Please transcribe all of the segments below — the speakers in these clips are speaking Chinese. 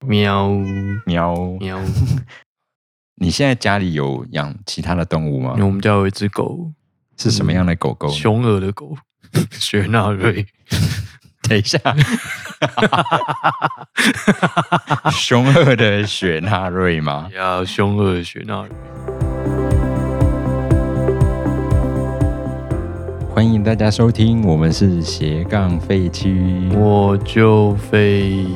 喵喵喵。 你现在家里有养其他的动物吗？ 我们家有一只狗， 是什么样的狗狗？ 凶恶的狗，雪纳瑞。 等一下，凶恶的雪纳瑞吗？ 呀，凶恶的雪纳瑞。 欢迎大家收听，我们是斜杠废区， 我就废。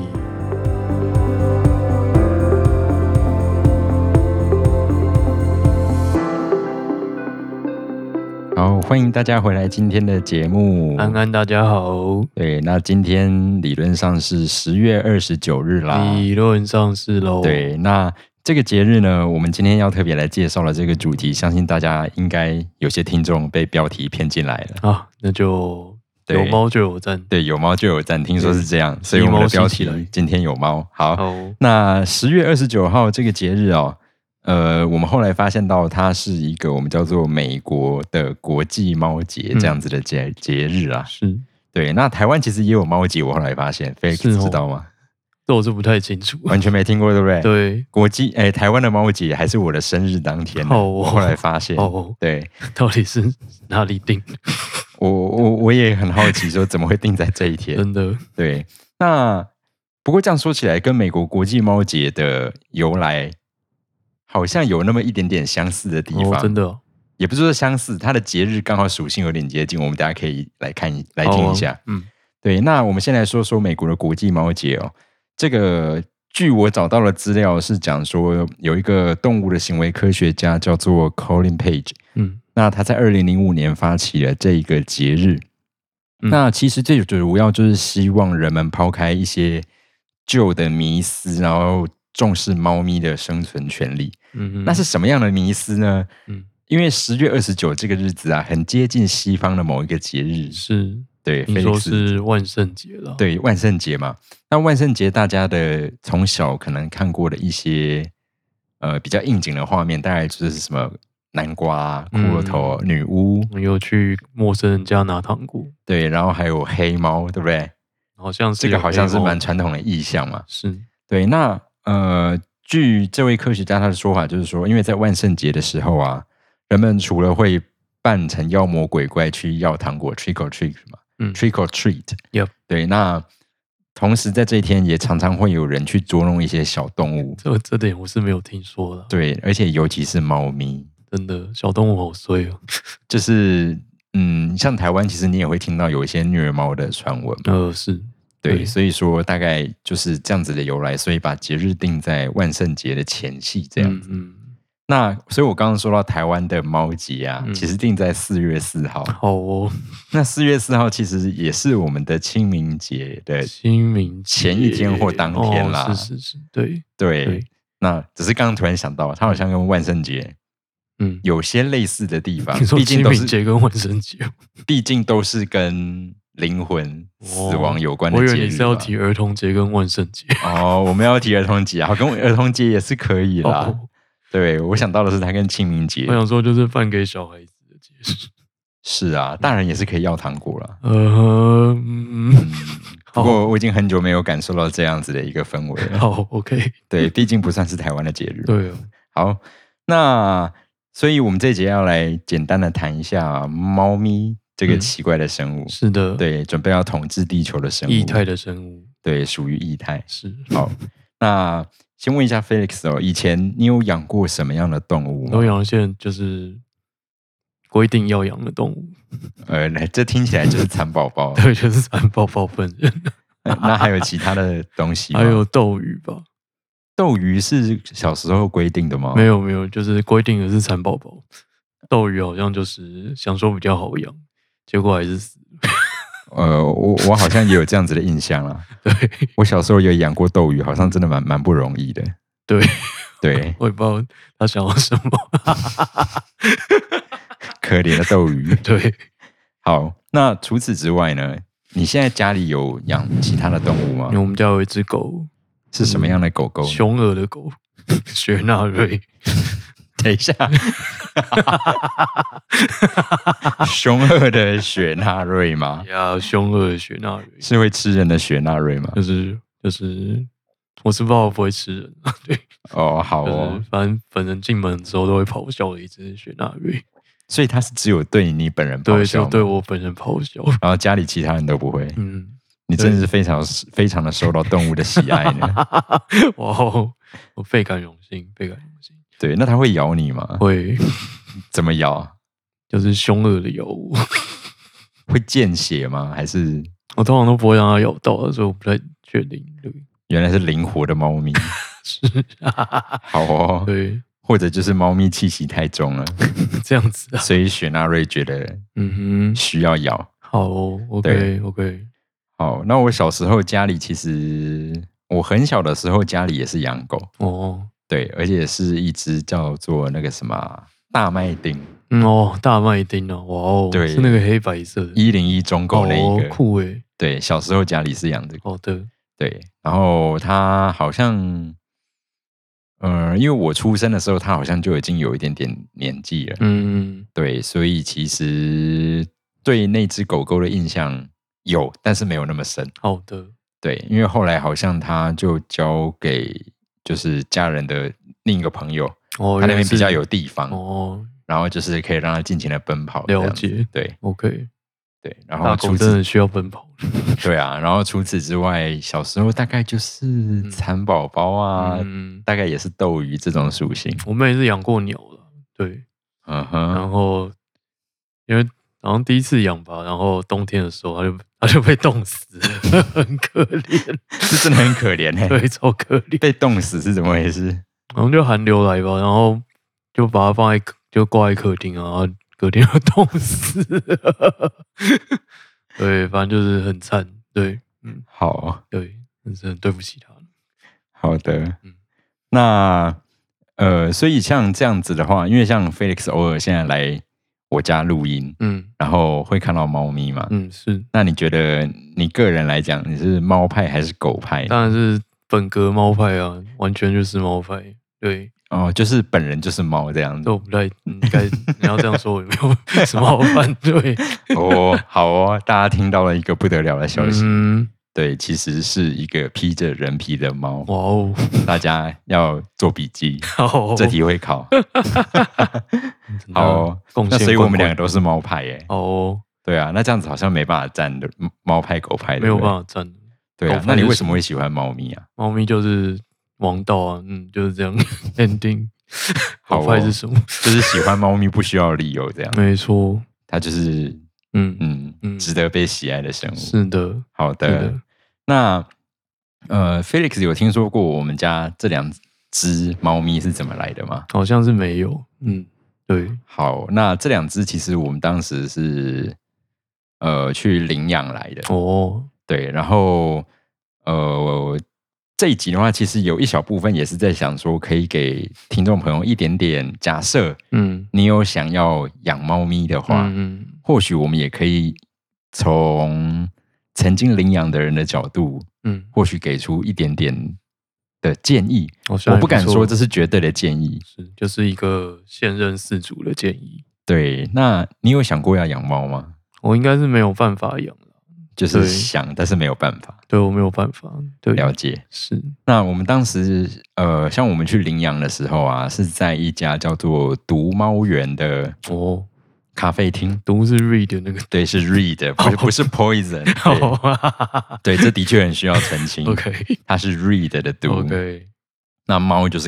好，欢迎大家回来今天的节目。 安安，大家好。 对，那今天理论上是10月29日啦。 理论上是咯。 对，那这个节日呢，我们今天要特别来介绍的这个主题，相信大家应该有些听众被标题骗进来了啊，那就有猫就有赞。 对，有猫就有赞，听说是这样，所以我们的标题今天有猫。好，那10月29号这个节日哦。我们后来发现到它是一个我们叫做美国的国际猫节这样子的节日啊。 是， 对。那台湾其实也有猫节，我后来发现 ，Felix 知道吗？ 这我是不太清楚， 完全没听过，对不对？ 对。 国际台湾的猫节还是我的生日当天，我后来发现，对， 到底是哪里定？ 我也很好奇，说怎么会定在这一天？ 真的， 对。那不过这样说起来，跟美国国际猫节的由来。好像有那么一点点相似的地方， 真的哦， 也不是说相似，它的节日刚好属性有点接近，我们大家可以来听一下。对，那我们先来说说美国的国际猫节哦。这个据我找到的资料是讲说，有一个动物的行为科学家叫做 Colin Page，那他在2005年发起了这一个节日。那其实最主要就是希望人们抛开一些旧的迷思，然后重视猫咪的生存权利。那是什么样的迷思呢？因为10月29这个日子啊，很接近西方的某一个节日， 是， 对， 你说是万圣节了。 对，万圣节嘛。那万圣节大家的从小可能看过的一些比较应景的画面，大概就是什么南瓜、骷髅头、女巫， 有去陌生人家拿糖果， 对，然后还有黑猫，对不对？ 好像是这个好像是蛮传统的意象嘛。 是， 对，那据这位科学家他的说法，就是说，因为在万圣节的时候啊，人们除了会扮成妖魔鬼怪去要糖果 （trick or treat） 嘛，trick or treat， 对，那同时在这一天也常常会有人去捉弄一些小动物。 这点我是没有听说的。 对，而且尤其是猫咪， 真的小动物好衰哦。 就是像台湾，其实你也会听到有一些虐猫的传闻。 是。 对，所以说大概就是这样子的由来，所以把节日定在万圣节的前夕这样子。那所以我刚刚说到台湾的猫节啊，其实定在4月4号。 好哦。 那4月4号其实也是我们的清明节的前一天或当天啦。 是，对。 对。那只是刚刚突然想到，它好像跟万圣节有些类似的地方。 毕竟清明节跟万圣节， 毕竟都是跟灵魂死亡有关的节日。 我以为你是要提儿童节跟万圣节。 我们要提儿童节，好，跟儿童节也是可以啦。对，我想到的是它跟清明节。 我想说就是饭给小孩子的节日。 是啊，大人也是可以要糖果啦。不过我已经很久没有感受到这样子的一个氛围了。 好 ，OK。 对，毕竟不算是台湾的节日。 对哦。 好，那所以我们这一节要来简单的谈一下猫咪这个奇怪的生物。 是的。 对，准备要统治地球的生物。 异态的生物。 对，属于异态。 是。 好，那先问一下 Felix 哦，以前你有养过什么样的动物吗？ 都养一些就是规定要养的动物。 这听起来就是蚕宝宝。 对，就是蚕宝宝本人。 那还有其他的东西吗？ 还有斗鱼吧。 斗鱼是小时候规定的吗？ 没有，就是规定的是蚕宝宝。斗鱼好像就是想说比较好养，结果还是死。 我好像也有这样子的印象啦。 对， 我小时候也养过斗鱼，好像真的蛮不容易的。对， 我也不知道他想要什么。 可怜的斗鱼。 对， 好，那除此之外呢？你现在家里有养其他的动物吗？ 我们家有一只狗。 是什么样的狗狗？ 凶恶的狗，雪纳瑞。 等一下，凶恶的雪纳瑞吗？ 呀，凶恶的雪纳瑞是会吃人的雪纳瑞吗？ 就是我是猫不会吃人，对。 哦，好哦，反正本人进门的时候都会咆哮的一只雪纳瑞。 所以它是只有对你本人咆对， 哮吗？ 就对我本人咆哮， 然后家里其他人都不会。你对真的是非常的受到动物的喜爱呢。 哇，我倍感荣幸，倍感荣幸。 对，那它会咬你吗？ 会。 怎么咬？ 就是凶恶的咬我。 会见血吗？还是我通常都不会让它咬到的，所以我不太确定。对， 原来是灵活的猫咪。 是。 好哦。 对。 或者就是猫咪气息太重了， 这样子啊。 所以雪纳瑞觉得需要咬。 好哦，OK。 好，那我小时候家里其实我很小的时候家里也是养狗哦，对，而且是一只叫做那个什么大麦町。 大麦町啊，哇哦，对，是那个黑白色的 101中狗那一个， 酷诶。 对，小时候家里是养的狗。 好的。 对，然后它好像，因为我出生的时候，它好像就已经有一点点年纪了。对，所以其实对那只狗狗的印象有，但是没有那么深。 好的。对， 因为后来好像它就交给就是家人的另一个朋友，他那边比较有地方然后就是可以让它尽情的奔跑。 了解。 对 ，OK。 对，然后大狗真的需要奔跑。 对啊，然后除此之外，小时候大概就是蚕宝宝啊，大概也是斗鱼这种属性。 我们也是养过鸟了，对。然后因为好像第一次养吧，然后冬天的时候它就被冻死了，很可怜。 是真的很可怜欸。 对，超可怜。被冻死是怎么回事？ 好像就寒流来吧，然后就把它就挂在客厅啊，然后隔天就冻死了。对，反正就是很惨。对， 好， 对，真是很对不起他。 好的，那所以像这样子的话，因为像 Felix 偶尔现在来我家录音，然后会看到猫咪嘛， 是。 那你觉得你个人来讲，你是猫派还是狗派？ 当然是本格猫派啊，完全就是猫派。对。 哦，就是本人就是猫这样子。 我不太应该你要这样说，我也没有什么好反对。 好哦，大家听到了一个不得了的消息。对，其实是一个披着人皮的猫。哇哦！大家要做笔记，这题会考。好哦，那所以我们两个都是猫派耶。哦，对啊，那这样子好像没办法站的猫派狗派的， 没有办法站。 对啊，那你为什么会喜欢猫咪啊？ 猫咪就是王道啊，就是这样。ending。狗派是什么？ 就是喜欢猫咪不需要理由这样。 没错， 它就是值得被喜爱的生物。 是的。 好的。那Felix 有听说过我们家这2只猫咪是怎么来的吗？ 好像是没有。对。 好，那这2只其实我们当时是去领养来的。哦。对，然后这一集的话，其实有一小部分也是在想说，可以给听众朋友一点点假设，你有想要养猫咪的话，或许我们也可以从曾经领养的人的角度，或许给出一点点的建议。我不敢说这是绝对的建议， 就是一个现任饲主的建议。 对，那你有想过要养猫吗？ 我应该是没有办法养。 就是想，但是没有办法。 对，我没有办法。对， 了解。 是。 那我们当时像我们去领养的时候啊，是在一家叫做毒猫园的咖啡厅。 毒是 read 的那个。 对，是 read， 不是 poison。对，这的确很需要澄清。 OK， 它是 read 的毒。 OK， 那猫就是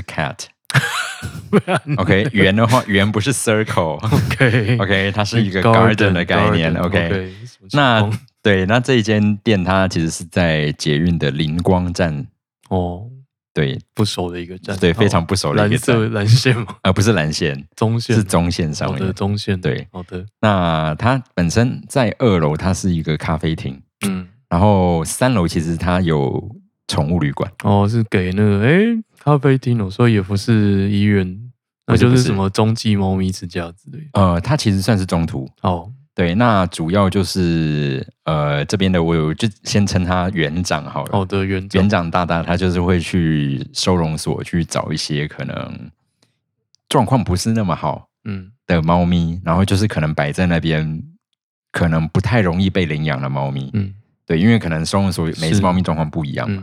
cat。OK， 圆的话，圆不是 circle。OK， 它是一个 garden 的概念。OK， 那对，那这一间店它其实是在捷运的灵光站。对， 不熟的一个站。 对，非常不熟的一个站。 蓝线吗？ 不是蓝线， 中线是中线上面。 好的，中线。 对， 好的。 那它本身在2楼，它是一个咖啡厅。然后3楼其实它有宠物旅馆。是给那个咖啡厅所以也不是医院，那就是什么中继猫咪之家之类的。 它其实算是中途。对，那主要就是这边的我就先称他园长好了。 好的，园长大大他就是会去收容所去找一些可能状况不是那么好的猫咪，然后就是可能摆在那边，可能不太容易被领养的猫咪。对，因为可能收容所每次猫咪状况不一样嘛。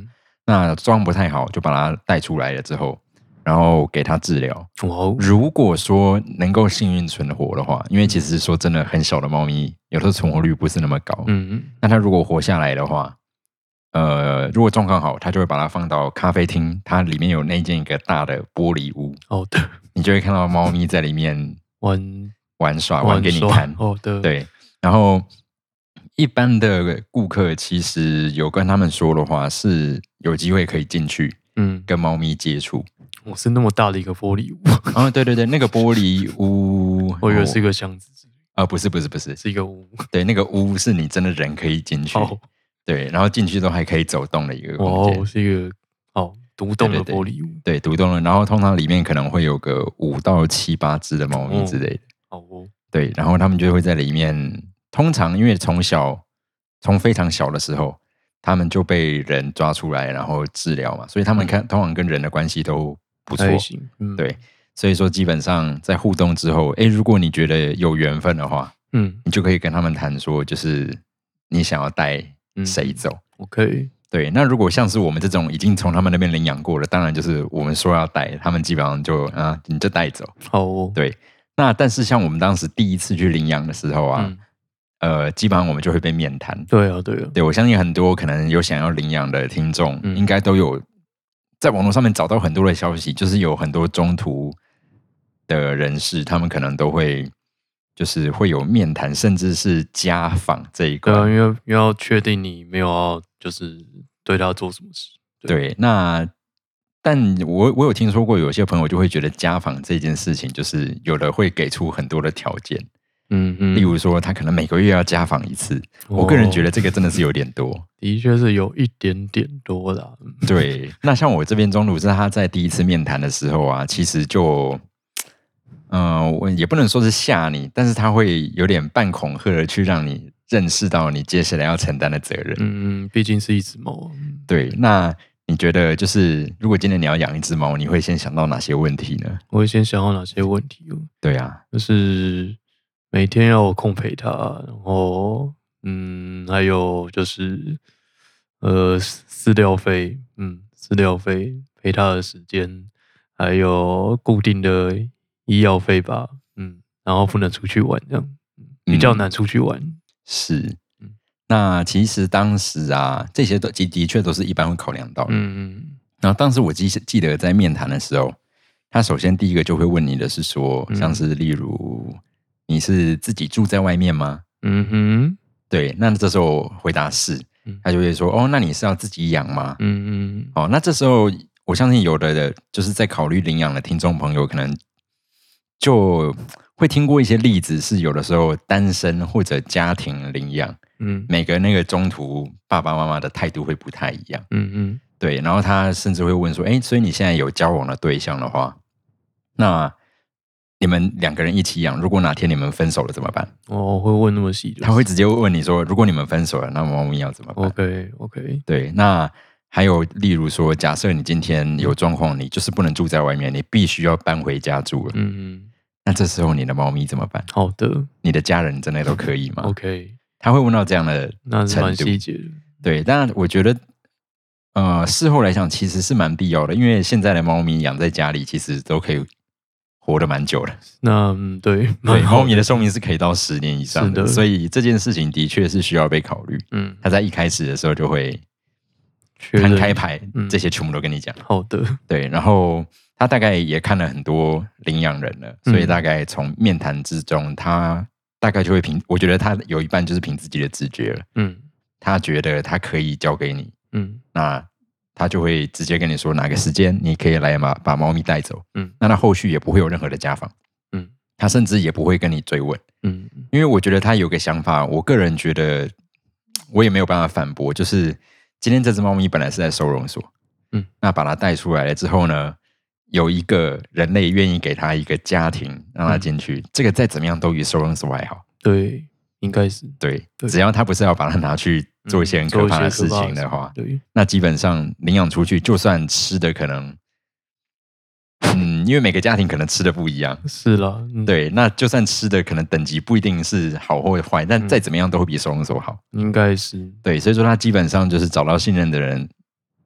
那状况不太好，就把它带出来了之后，然后给它治疗。如果说能够幸运存活的话，因为其实说真的，很小的猫咪有的时候存活率不是那么高。那它如果活下来的话，如果状况好，它就会把它放到咖啡厅，它里面有那间一个大的玻璃屋。你就会看到猫咪在里面玩耍，玩给你看。对，然后一般的顾客其实有跟他们说的话，是有机会可以进去，跟猫咪接触。 是那么大的一个玻璃屋。 对，那个玻璃屋， 我以为是一个箱子。 不是， 是一个屋。 对，那个屋是你真的人可以进去。对，然后进去都还可以走动的一个空间。 是一个独栋的玻璃屋。 对，独栋的，然后通常里面可能会有个5到7、8只的猫咪之类的。对，然后他们就会在里面。通常因为从非常小的时候，他们就被人抓出来，然后治疗嘛，所以他们通常跟人的关系都不错。对，所以说基本上在互动之后，如果你觉得有缘分的话，你就可以跟他们谈说，就是你想要带谁走。 OK。 对，那如果像是我们这种已经从他们那边领养过了，当然就是我们说要带，他们基本上就你就带走。对，那但是像我们当时第一次去领养的时候啊。基本上我们就会被面谈。 对， 我相信很多可能有想要领养的听众，应该都有在网络上面找到很多的消息，就是有很多中途的人士，他们可能都会就是会有面谈，甚至是家访这一块。 对，因为要确定你没有要就是对他做什么事。 对，但我有听说过，有些朋友就会觉得家访这件事情，就是有的会给出很多的条件。例如说他可能每个月要家访1次，我个人觉得这个真的是有点多。 的确是有一点点多啦。 对，那像我这边中途是他在第一次面谈的时候啊，其实就我也不能说是吓你，但是他会有点半恐吓的去让你认识到你接下来要承担的责任。 毕竟是一只猫。 对，那你觉得就是如果今天你要养一只猫，你会先想到哪些问题呢？ 我会先想到哪些问题？ 对啊， 就是每天要有空陪它，然后还有就是饲料费，陪它的时间，还有固定的医药费吧，然后不能出去玩，这样比较难出去玩。 是，那其实当时啊，这些都的确都是一般会考量到的。然后当时我记得在面谈的时候，他首先第一个就会问你的是说，像是例如你是自己住在外面吗？对，那这时候回答是，他就会说那你是要自己养吗？那这时候我相信有的就是在考虑领养的听众朋友，可能就会听过一些例子，是有的时候单身或者家庭领养，每个那个中途爸爸妈妈的态度会不太一样。对，然后他甚至会问说，所以你现在有交往的对象的话，那你们2个人一起养，如果哪天你们分手了怎么办？ 会问那么细？ 他会直接问你说，如果你们分手了，那猫咪要怎么办 ？OK。 对，那还有例如说，假设你今天有状况，你就是不能住在外面，你必须要搬回家住了。那这时候你的猫咪怎么办？ 好的， 你的家人真的都可以吗 ？OK。 他会问到这样的程度， 那是蛮细节的。 对，当然我觉得事后来讲其实是蛮必要的，因为现在的猫咪养在家里其实都可以活得蛮久的。 那对， 猫咪的寿命是可以到10年以上的，所以这件事情的确是需要被考虑。他在一开始的时候就会摊开牌，这些全部都跟你讲。 好的， 对，然后他大概也看了很多领养人了，所以大概从面谈之中，他大概就会我觉得他有一半就是凭自己的直觉了。他觉得他可以交给你，那他就会直接跟你说哪个时间你可以来把猫咪带走。那他后续也不会有任何的家访。他甚至也不会跟你追问。因为我觉得他有个想法，我个人觉得我也没有办法反驳，就是今天这只猫咪本来是在收容所，那把它带出来了之后呢，有一个人类愿意给他一个家庭让他进去，这个再怎么样都比收容所还好。 对，应该是对，只要他不是要把它拿去做一些很可怕的事情的话，那基本上领养出去，就算吃的可能，因为每个家庭可能吃的不一样， 是啦， 对，那就算吃的可能等级不一定是好或坏，但再怎么样都会比收容所好， 应该是对，所以说他基本上就是找到信任的人，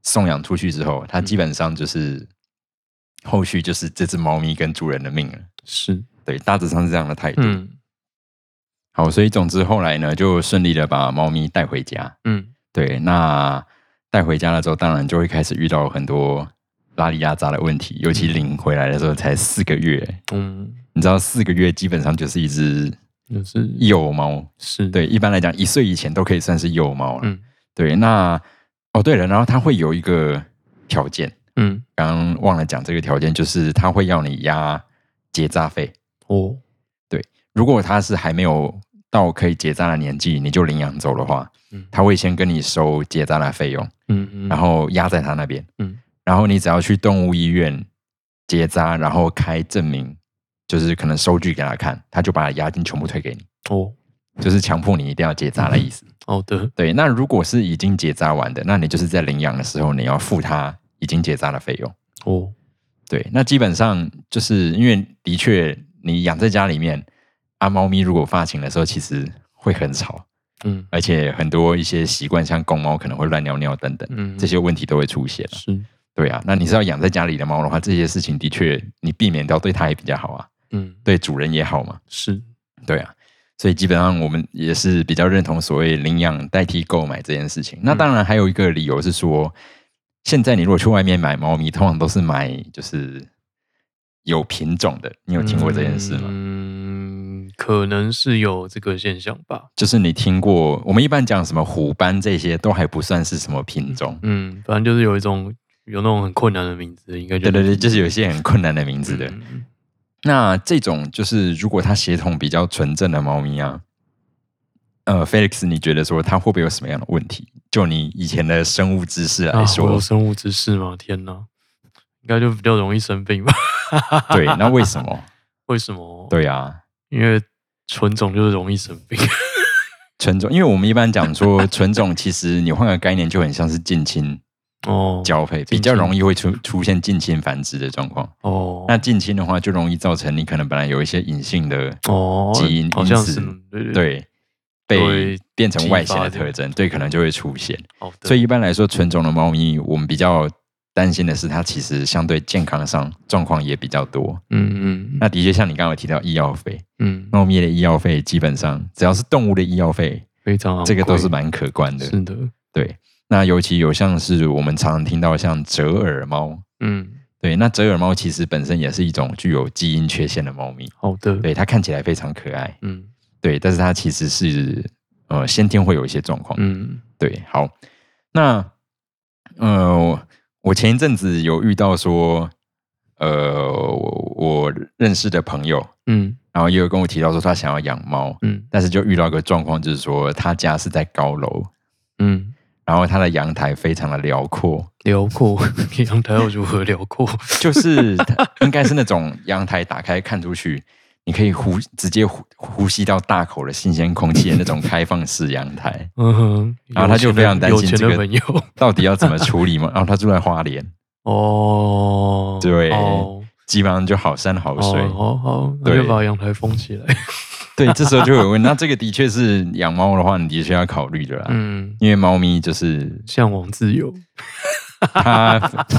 送养出去之后，它基本上就是后续就是这只猫咪跟主人的命了。 是， 对，大致上是这样的态度。好，所以总之后来呢，就顺利的把猫咪带回家。对，那带回家了之后，当然就会开始遇到很多拉里亚扎的问题，尤其领回来的时候才4个月。你知道4个月基本上就是一只幼猫， 是对，一般来讲1岁以前都可以算是幼猫了。对，那对了，然后它会有一个条件，刚刚忘了讲这个条件，就是它会要你押结扎费。对，如果它是还没有到可以结扎的年纪，你就领养走的话，他会先跟你收结扎的费用，然后压在他那边，然后你只要去动物医院结扎，然后开证明，就是可能收据给他看，他就把押金全部退给你。就是强迫你一定要结扎的意思。对，那如果是已经结扎完的，那你就是在领养的时候，你要付他已经结扎的费用。对，那基本上就是因为的确你养在家里面，猫咪如果发情的时候，其实会很吵。而且很多一些习惯，像公猫可能会乱尿尿等等，这些问题都会出现。对啊，那你是要养在家里的猫的话，这些事情的确你避免掉，对它也比较好啊。对主人也好嘛。对啊，所以基本上我们也是比较认同所谓领养代替购买这件事情。那当然还有一个理由是说，现在你如果去外面买猫咪，通常都是买就是有品种的，你有听过这件事吗？ 可能是有这个现象吧。 就是你听过，我们一般讲什么虎斑这些都还不算是什么品种。 反正就是有那种很困难的名字，应该对，就是有一些很困难的名字的。那这种就是如果它血统比较纯正的猫咪啊，Felix， 你觉得说它会不会有什么样的问题？就你以前的生物知识来说， 我有生物知识吗？天哪，应该就比较容易生病吧？ 对，那为什么？ 为什么？ 对啊， 因为纯种就是容易生病。 纯种，因为我们一般讲说纯种，其实你换个概念就很像是近亲交配，比较容易会出现近亲繁殖的状况。那近亲的话，就容易造成你可能本来有一些隐性的基因， 好像是对被变成外显的特征，对，可能就会出现。所以一般来说，纯种的猫咪，我们比较担心的是，它其实相对健康上状况也比较多。那的确像你刚刚有提到医药费，猫咪的医药费基本上只要是动物的医药费， 非常昂贵， 这个都是蛮可观的。 是的， 对。那尤其有像是我们常常听到像折耳猫，对，那折耳猫其实本身也是一种具有基因缺陷的猫咪。对，它看起来非常可爱，对，但是它其实是先天会有一些状况。对，好，那我前一阵子有遇到说，我认识的朋友，然后也有跟我提到说他想要养猫，但是就遇到一个状况，就是说他家是在高楼，然后他的阳台非常的辽阔， 阳台要如何辽阔？ 就是应该是那种阳台打开看出去，你可以直接呼吸到大口的新鲜空气的那种开放式阳台。然后他就非常担心这个到底要怎么处理嘛。然后他住在花莲，对，基本上就好山好水。 好，那就把阳台封起来。 对，这时候就有问，那这个的确是养猫的话，你的确要考虑的啦。因为猫咪就是向往自由， 它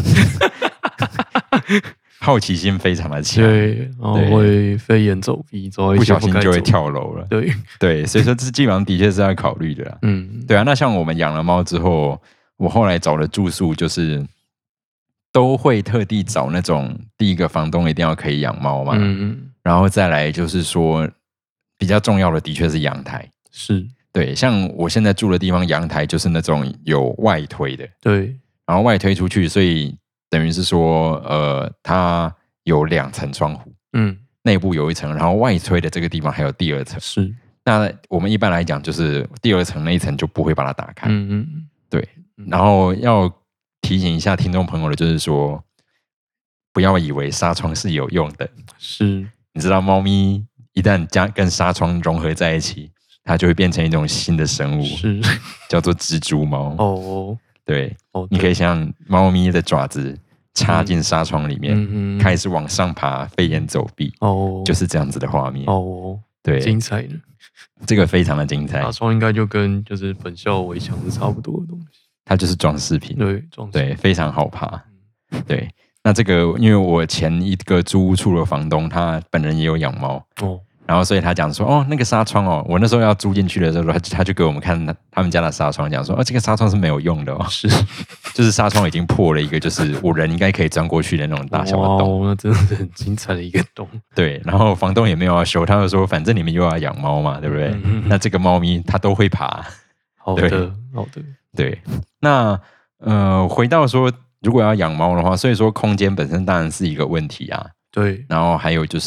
好奇心非常的强， 对，然后会飞檐走壁， 不小心就会跳楼了。对，所以说这基本上的确是要考虑的啦。对啊，那像我们养了猫之后，我后来找的住宿就是都会特地找那种第一个房东一定要可以养猫嘛，然后再来就是说。比较重要的的确是阳台，对，像我现在住的地方，阳台就是那种有外推的， 对， 然后外推出去，所以等于是说，它有2层窗户，内部有1层，然后外推的这个地方还有第2层，那我们一般来讲，就是第2层那一层就不会把它打开，对，然后要提醒一下听众朋友的，就是说，不要以为纱窗是有用的，你知道猫咪。一旦跟纱窗融合在一起，它就会变成一种新的生物，叫做蜘蛛猫。对，你可以想象猫咪的爪子插进纱窗里面，开始往上爬，飞檐走壁，就是这样子的画面。对， 精彩的， 这个非常的精彩。 纱窗应该就跟就是本校围墙是差不多的东西。 它就是装饰品， 对，装饰对，非常好爬。对，那这个因为我前一个租屋处的房东他本人也有养猫哦。然后，所以他讲说，哦，那个纱窗哦，我那时候要租进去的时候，他就给我们看他们家的纱窗，讲说，哦，这个纱窗是没有用的哦， 是， 就是纱窗已经破了一个，就是我人应该可以钻过去的那种大小的洞。 哇，那真的是很精彩的一个洞。 对，然后房东也没有要修，他就说，反正你们又要养猫嘛，对不对？那这个猫咪它都会爬。 好的，好的。 对，那回到说，如果要养猫的话，所以说空间本身当然是一个问题啊。 对， 然后还有就是。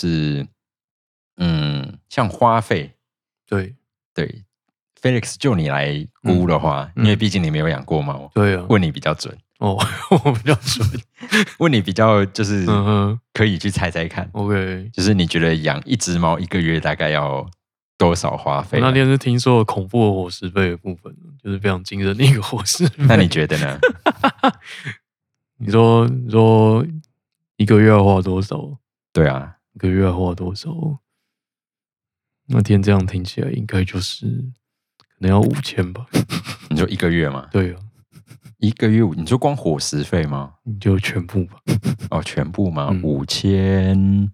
像花费， 对 ，Felix 就你来估的话，因为毕竟你没有养过猫， 对啊， 问你比较准哦，我比较准， 问你比较就是可以去猜猜看 ，OK， 就是你觉得养一只猫1个月大概要多少花费？ 那天是听说恐怖的伙食费的部分，就是非常惊人的一个伙食费。 那你觉得呢？ 你说1个月要花多少？ 对啊 ，1个月要花多少？那天这样听起来，应该就是可能要5000吧。 你说1个月吗？ 对啊 ，1个月你说光伙食费吗？ 你就全部吧。 哦，全部吗？5000。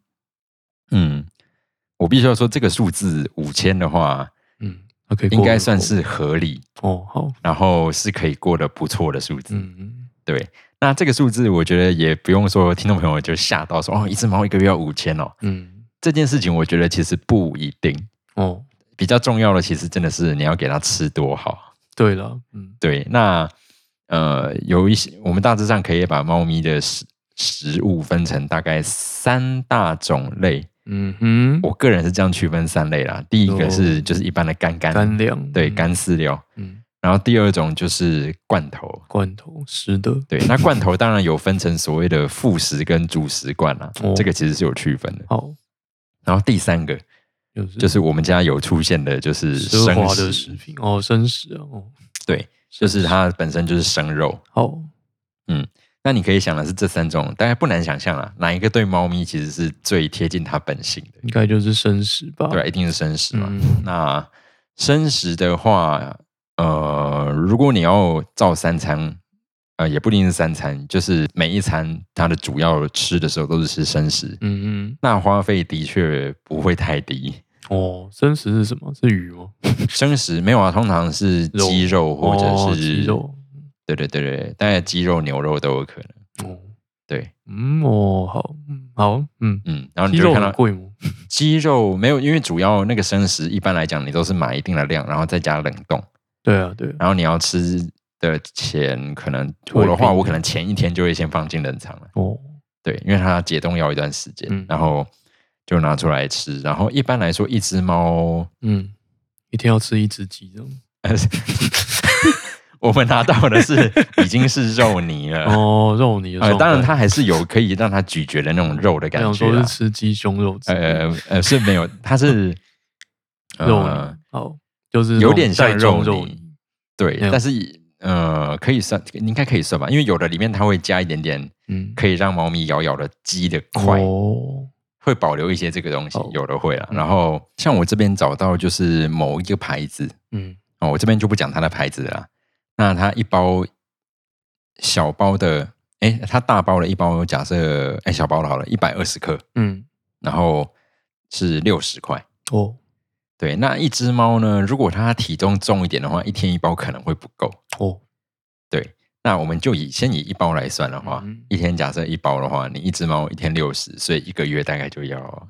我必须要说这个数字5000的话，应该算是合理哦。好， 然后是可以过得不错的数字。对。那这个数字，我觉得也不用说听众朋友就吓到说，哦，一只猫1个月要5000哦。这件事情我觉得其实不一定哦，比较重要的其实真的是你要给它吃多好。 对了， 对，那有一些我们大致上可以把猫咪的食物分成大概3大种类。我个人是这样区分3类啦。第一个是就是一般的干粮， 对，干饲料。然后第二种就是罐头湿的。 对，那罐头当然有分成所谓的副食跟主食罐啦，这个其实是有区分的。 好。 然后第3个就是我们家有出现的，就是奢华的食品哦，生食哦， 对，就是它本身就是生肉。 好， 那你可以想的是这3种，大概不难想象啦，哪一个对猫咪其实是最贴近它本性的？ 应该就是生食吧？ 对，一定是生食嘛。那生食的话，如果你要照3餐。也不一定是3餐，就是每一餐它的主要吃的时候都是吃生食。那花费的确不会太低哦。生食是什么？是鱼吗？ 生食没有啊，通常是鸡肉或者是鸡肉。 对，大概鸡肉、牛肉都有可能。哦，对， 好， 然后你就会看到贵吗？ 鸡肉没有，因为主要那个生食一般来讲你都是买一定的量，然后再加冷冻。 对啊， 然后你要吃的前可能我的话，我可能前1天就会先放进冷藏了。哦，对，因为它解冻要一段时间，然后就拿出来吃。然后一般来说，一只猫， 一天要吃1只鸡这样。 我们拿到的是已经是肉泥了哦，肉泥的。 当然它还是有可以让它咀嚼的那种肉的感觉。 我想说是吃鸡胸肉。 是没有，它是肉泥。好，就是有点像肉泥。 对，但是。可以算，应该可以算吧，因为有的里面它会加一点点，可以让猫咪咬的鸡的块，会保留一些这个东西，有的会啦。然后像我这边找到就是某一个牌子，我这边就不讲它的牌子啦。那它一包小包的，它大包的一包，假设小包的好了，120克，然后是60块哦。对，那一只猫呢？如果它体重重一点的话，1天1包可能会不够哦。对，那我们就先以1包来算的话，1天假设1包的话，你一只猫1天60，所以1个月大概就要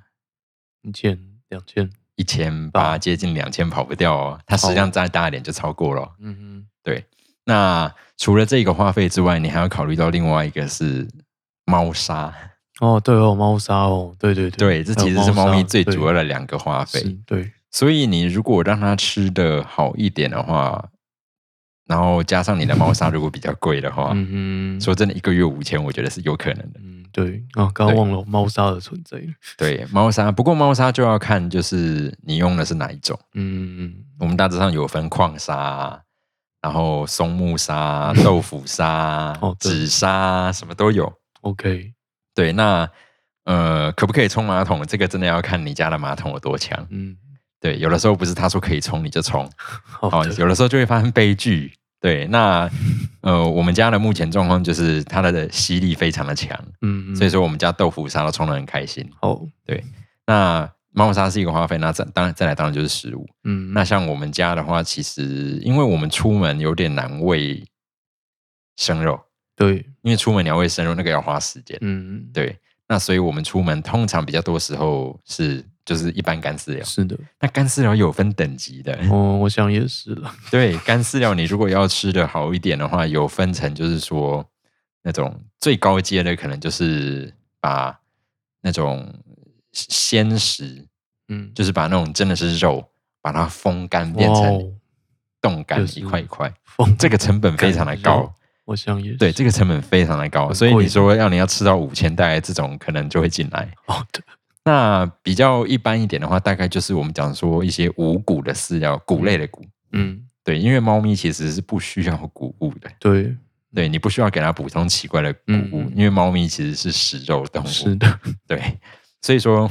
1000、2000、 1800，接近2000，跑不掉哦。它食量再大一点就超过了。对。那除了这个花费之外，你还要考虑到另外一个是猫砂。 哦，对哦，猫砂哦，对， 这其实是猫咪最主要的2个花费。 对。 所以你如果让它吃的好一点的话，然后加上你的猫砂如果比较贵的话，说真的，1个月5000，我觉得是有可能的。 对啊，刚刚忘了猫砂的存在。 对，猫砂，不过猫砂就要看就是你用的是哪一种。我们大致上有分矿砂，然后松木砂、豆腐砂、纸砂，什么都有。 OK， 对，那可不可以冲马桶？这个真的要看你家的马桶有多强。对，有的时候不是他说可以冲你就冲，有的时候就会发生悲剧。 对，那我们家的目前状况就是它的吸力非常的强，所以说我们家豆腐沙都冲得很开心。对，那猫砂是一个花费，那再来当然就是食物。那像我们家的话，其实因为我们出门有点难喂生肉， 对， 因为出门你要喂生肉，那个要花时间。对，那所以我们出门通常比较多时候就是一般干饲料。 是的， 那干饲料有分等级的。 我想也是了。 对，干饲料你如果要吃的好一点的话，有分成就是说那种最高阶的，可能就是把那种鲜食，就是把那种真的是肉，把它风干变成冻干一块一块，这个成本非常的高。 我想也是。 对，这个成本非常的高，所以你说你要吃到5000袋这种，可能就会进来。 对。 那比较一般一点的话，大概就是我们讲说一些无谷的饲料，谷类的谷。对，因为猫咪其实是不需要谷物的。对，你不需要给它补充奇怪的谷物，因为猫咪其实是食肉动物。 是的。 对，所以说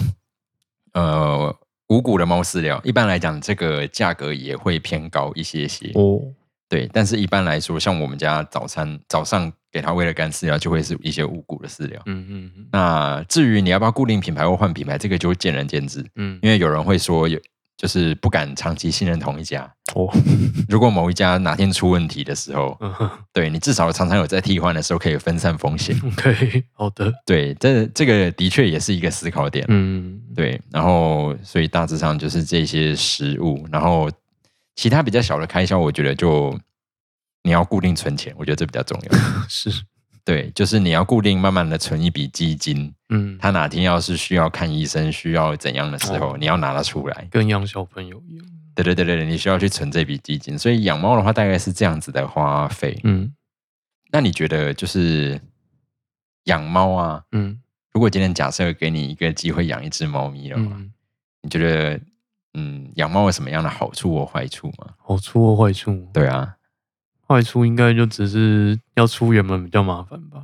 无谷的猫饲料，一般来讲这个价格也会偏高一些些。对，但是一般来说，像我们家早上给它喂的干饲料，就会是一些无谷的饲料。那至于你要不要固定品牌或换品牌，这个就见仁见智。因为有人会说，就是不敢长期信任同一家。如果某一家哪天出问题的时候，对你至少常常有在替换的时候可以分散风险。 OK， 好的。 对，这个的确也是一个思考点。对，然后所以大致上就是这些食物，然后其他比较小的开销，我觉得就你要固定存钱，我觉得这比较重要。 是， 对，就是你要固定慢慢的存一笔基金。他哪天要是需要看医生，需要怎样的时候，你要拿得出来， 跟养小朋友一样。 对，你需要去存这笔基金。所以养猫的话，大概是这样子的花费。那你觉得就是养猫啊？如果今天假设给你一个机会养一只猫咪的话，你觉得养猫有什么样的好处或坏处吗？ 好处或坏处？ 对啊， 坏处应该就只是要出远门比较麻烦吧。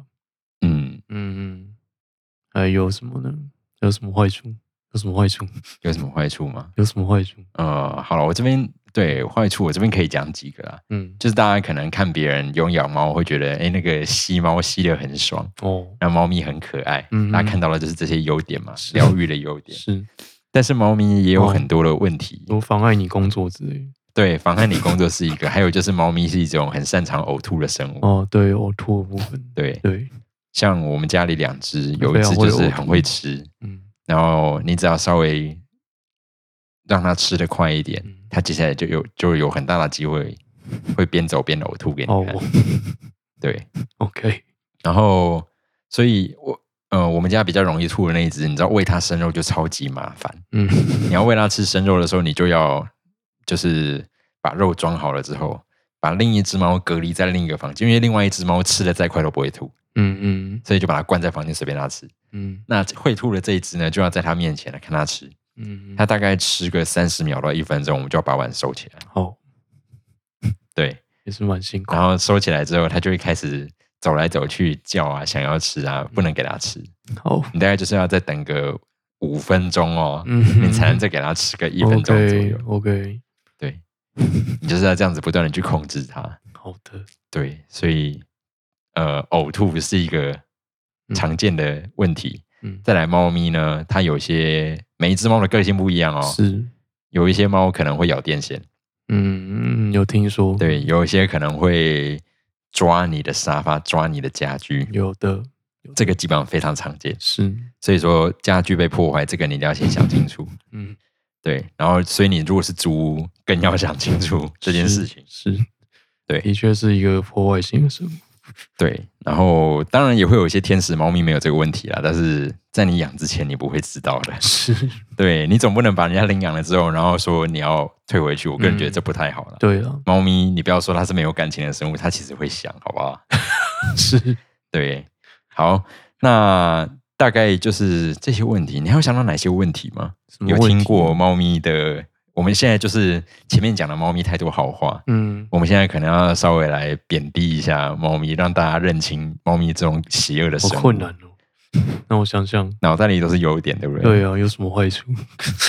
还有什么呢？有什么坏处？有什么坏处？ 有什么坏处吗？ 有什么坏处？ 好了，我这边对坏处，我这边可以讲几个啦。就是大家可能看别人养猫，会觉得那个吸猫吸得很爽然后猫咪很可爱，大家看到的就是这些优点嘛，疗愈的优点是。 但是猫咪也有很多的问题， 有妨碍你工作之类。 对，妨碍你工作是一个，还有就是猫咪是一种很擅长呕吐的生物。 对，呕吐的部分。 对，像我们家里2只，有一只就是很会吃，然后你只要稍微让它吃得快一点，它接下来就有很大的机会会边走边呕吐给你看。对 ，OK。 然后，所以我们家比较容易吐的那一只，你知道喂它生肉就超级麻烦。你要喂它吃生肉的时候，你就要就是把肉装好了之后，把另一只猫隔离在另一个房间，因为另外一只猫吃的再快都不会吐。所以就把它关在房间随便它吃。那会吐的这一只呢，就要在它面前来看它吃。它大概吃个30秒到1分钟，我们就要把碗收起来。对， 也是蛮辛苦。 然后收起来之后，它就会开始走来走去叫啊，想要吃啊，不能给它吃。你大概就是要再等个5分钟你才能再给它吃个1分钟左右。 OK。 对，你就是要这样子不断的去控制它。 好的。 对，所以呕吐是一个常见的问题。再来猫咪呢，它每一只猫的个性不一样是， 有一些猫可能会咬电线。 有听说。 对，有一些可能会抓你的沙发，抓你的家具。 有的。 这个基本上非常常见。 是， 所以说家具被破坏，这个你一定要先想清楚。对，然后所以你如果是租屋，更要想清楚这件事情。 是， 对， 的确是一个破坏性的生物。 对，然后当然也会有一些天使猫咪没有这个问题啦，但是在你养之前你不会知道的。 是， 对，你总不能把人家领养了之后，然后说你要退回去，我个人觉得这不太好了。 对啊， 猫咪你不要说它是没有感情的生物，它其实会想，好不好？ 是， 对，好，那大概就是这些问题。你还有想到哪些问题吗？有听过猫咪的？我们现在就是前面讲的猫咪太多好话，我们现在可能要稍微来贬低一下猫咪，让大家认清猫咪这种邪恶的生物。 好困难哦。让我想想， 脑袋里都是优点，对不对？ 对啊，有什么坏处？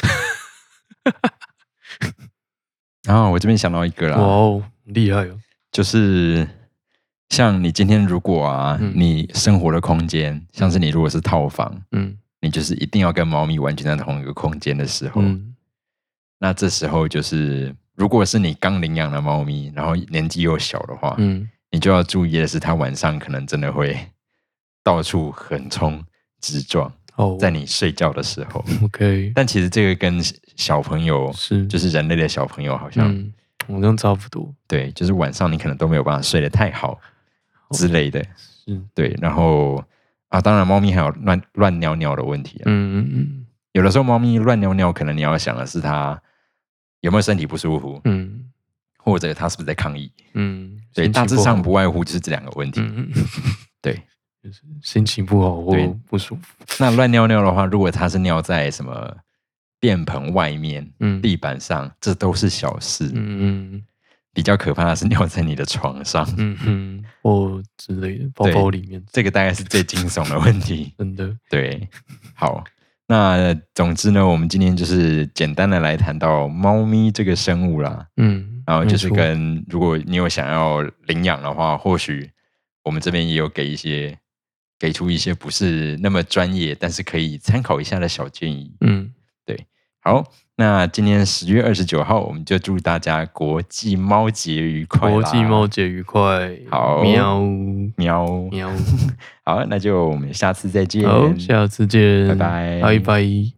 然后我这边想到一个啦， 哇哦，厉害哦！ 就是像你今天如果啊，你生活的空间，像是你如果是套房，你就是一定要跟猫咪完全在同一个空间的时候，那这时候就是如果是你刚领养的猫咪，然后年纪又小的话，你就要注意的是，它晚上可能真的会到处横冲直撞。在你睡觉的时候 ，OK， 但其实这个跟小朋友就是人类的小朋友好像差不多。 对，就是晚上你可能都没有办法睡得太好之类的。对，然后啊，当然猫咪还有乱尿尿的问题。有的时候猫咪乱尿尿，可能你要想的是它有没有身体不舒服，或者它是不是在抗议。对，大致上不外乎就是这两个问题。对。 就是心情不好或不舒服。 那乱尿尿的话，如果它是尿在什么便盆外面、地板上，这都是小事。比较可怕的是尿在你的床上， 或之类的包包里面， 这个大概是最惊悚的问题。 真的。 对，好，那总之呢，我们今天就是简单的来谈到猫咪这个生物啦。然后就是如果你有想要领养的话，或许我们这边也有给出一些不是那么专业，但是可以参考一下的小建议。对，好，那今天10月29号，我们就祝大家国际猫节愉快啦！ 国际猫节愉快！ 好， 喵喵喵！ 好，那就我们下次再见。 好，下次见， 拜拜， 拜拜。